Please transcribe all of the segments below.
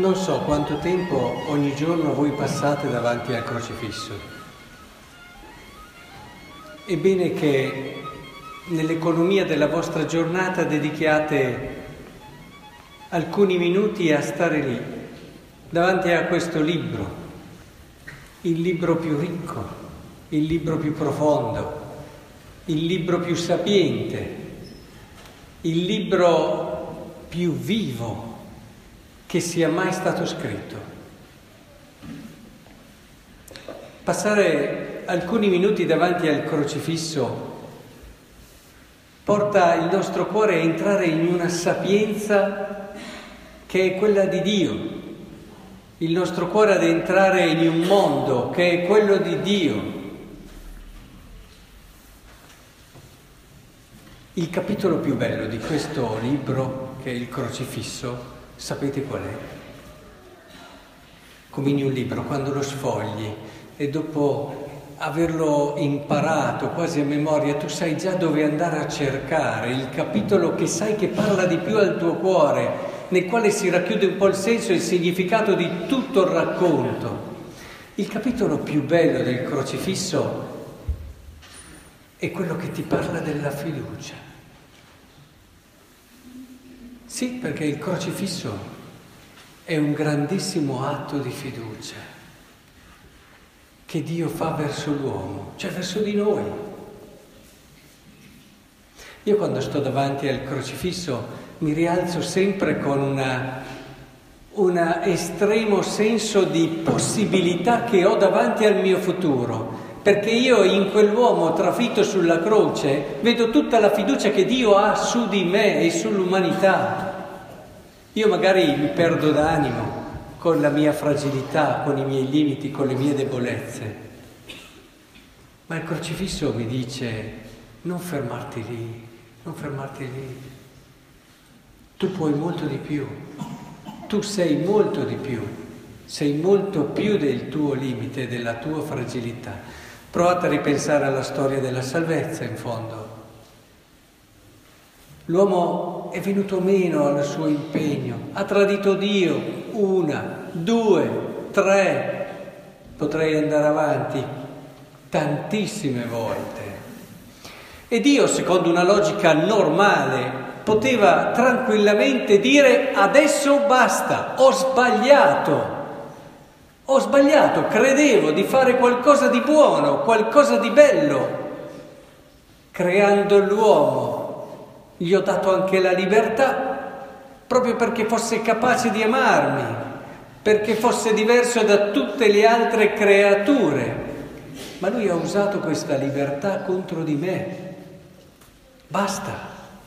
Non so quanto tempo ogni giorno voi passate davanti al crocifisso. È bene che nell'economia della vostra giornata dedichiate alcuni minuti a stare lì, davanti a questo libro, il libro più ricco, il libro più profondo, il libro più sapiente, il libro più vivo che sia mai stato scritto. Passare alcuni minuti davanti al crocifisso porta il nostro cuore a entrare in una sapienza che è quella di Dio, il nostro cuore ad entrare in un mondo che è quello di Dio. Il capitolo più bello di questo libro, che è il crocifisso, sapete qual è? Come in un libro, quando lo sfogli e dopo averlo imparato quasi a memoria, tu sai già dove andare a cercare il capitolo che sai che parla di più al tuo cuore, nel quale si racchiude un po' il senso e il significato di tutto il racconto. Il capitolo più bello del crocifisso è quello che ti parla della fiducia. Sì, perché il crocifisso è un grandissimo atto di fiducia che Dio fa verso l'uomo, cioè verso di noi. Io quando sto davanti al crocifisso mi rialzo sempre con un estremo senso di possibilità che ho davanti al mio futuro, perché io in quell'uomo trafitto sulla croce vedo tutta la fiducia che Dio ha su di me e sull'umanità. Io magari mi perdo d'animo con la mia fragilità, con i miei limiti, con le mie debolezze, ma il crocifisso mi dice: non fermarti lì, non fermarti lì, tu puoi molto di più, tu sei molto di più, sei molto più del tuo limite, della tua fragilità. Provate a ripensare alla storia della salvezza, in fondo. L'uomo è venuto meno al suo impegno, ha tradito Dio 1, 2, 3, potrei andare avanti tantissime volte. E Dio, secondo una logica normale, poteva tranquillamente dire: adesso basta, ho sbagliato, credevo di fare qualcosa di buono, qualcosa di bello, creando l'uomo. Gli ho dato anche la libertà, proprio perché fosse capace di amarmi, perché fosse diverso da tutte le altre creature. Ma lui ha usato questa libertà contro di me. Basta,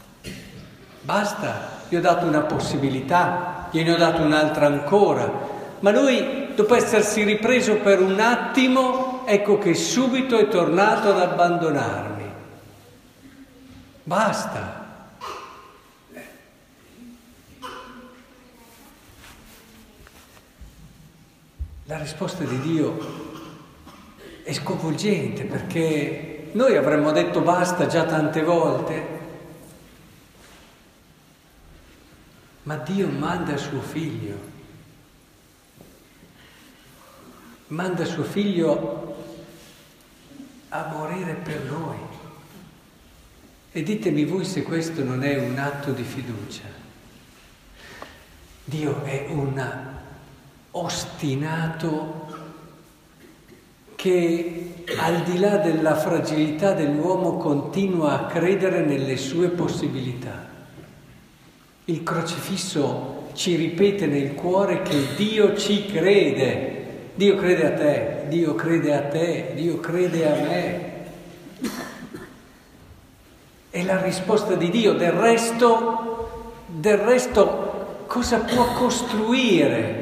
gli ho dato una possibilità, gliene ho dato un'altra ancora, ma lui, dopo essersi ripreso per un attimo, ecco che subito è tornato ad abbandonarmi. Basta. La risposta di Dio è sconvolgente, perché noi avremmo detto basta già tante volte, ma Dio manda suo figlio a morire per noi. E ditemi voi se questo non è un atto di fiducia. Dio è un ostinato che, al di là della fragilità dell'uomo, continua a credere nelle sue possibilità. Il crocifisso ci ripete nel cuore che Dio ci crede. Dio crede a te, Dio crede a te, Dio crede a me. È la risposta di Dio. Del resto cosa può costruire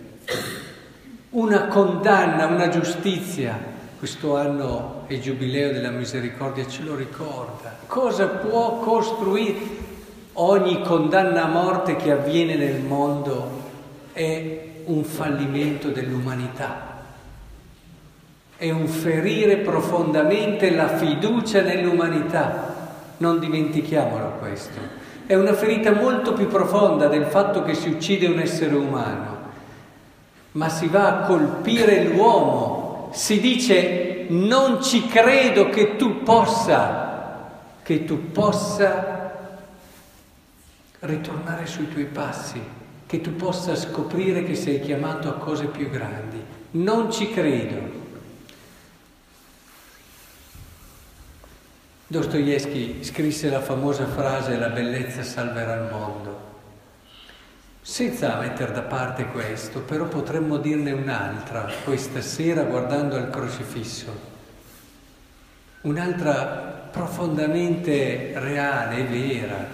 una condanna, una giustizia? Questo anno è il giubileo della misericordia, ce lo ricorda. Cosa può costruire? Ogni condanna a morte che avviene nel mondo è un fallimento dell'umanità, è un ferire profondamente la fiducia nell'umanità. Non dimentichiamolo questo. È una ferita molto più profonda del fatto che si uccide un essere umano. ma si va a colpire l'uomo. Si dice: non ci credo che tu possa ritornare sui tuoi passi, che tu possa scoprire che sei chiamato a cose più grandi. Non ci credo. Dostoevskij scrisse la famosa frase: la bellezza salverà il mondo. Senza mettere da parte questo, però potremmo dirne un'altra questa sera guardando al crocifisso, un'altra profondamente reale e vera.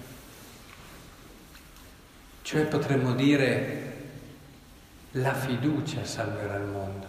Cioè potremmo dire: la fiducia salverà il mondo.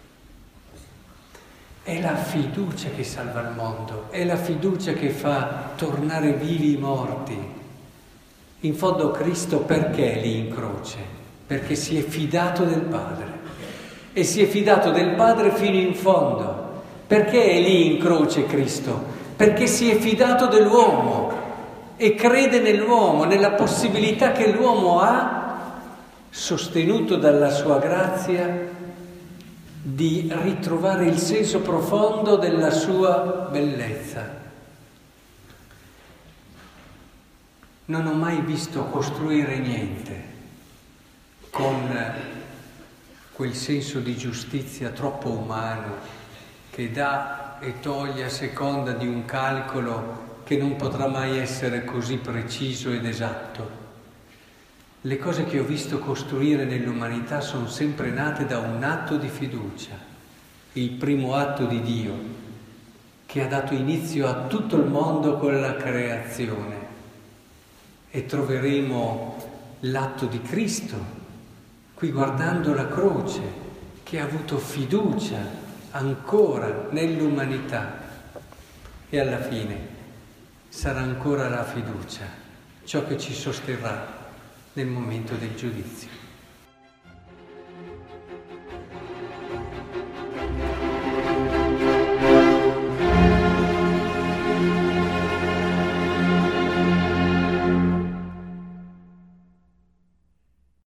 È la fiducia che salva il mondo, è la fiducia che fa tornare vivi i morti. In fondo Cristo perché è lì in croce? Perché si è fidato del Padre e si è fidato del Padre fino in fondo. Perché è lì in croce Cristo? Perché si è fidato dell'uomo e crede nell'uomo, nella possibilità che l'uomo ha, sostenuto dalla sua grazia, di ritrovare il senso profondo della sua bellezza. Non ho mai visto costruire niente con quel senso di giustizia troppo umano che dà e toglie a seconda di un calcolo che non potrà mai essere così preciso ed esatto. Le cose che ho visto costruire nell'umanità sono sempre nate da un atto di fiducia, il primo atto di Dio, che ha dato inizio a tutto il mondo con la creazione. E troveremo l'atto di Cristo, qui guardando la croce, che ha avuto fiducia ancora nell'umanità. E alla fine sarà ancora la fiducia ciò che ci sosterrà nel momento del giudizio.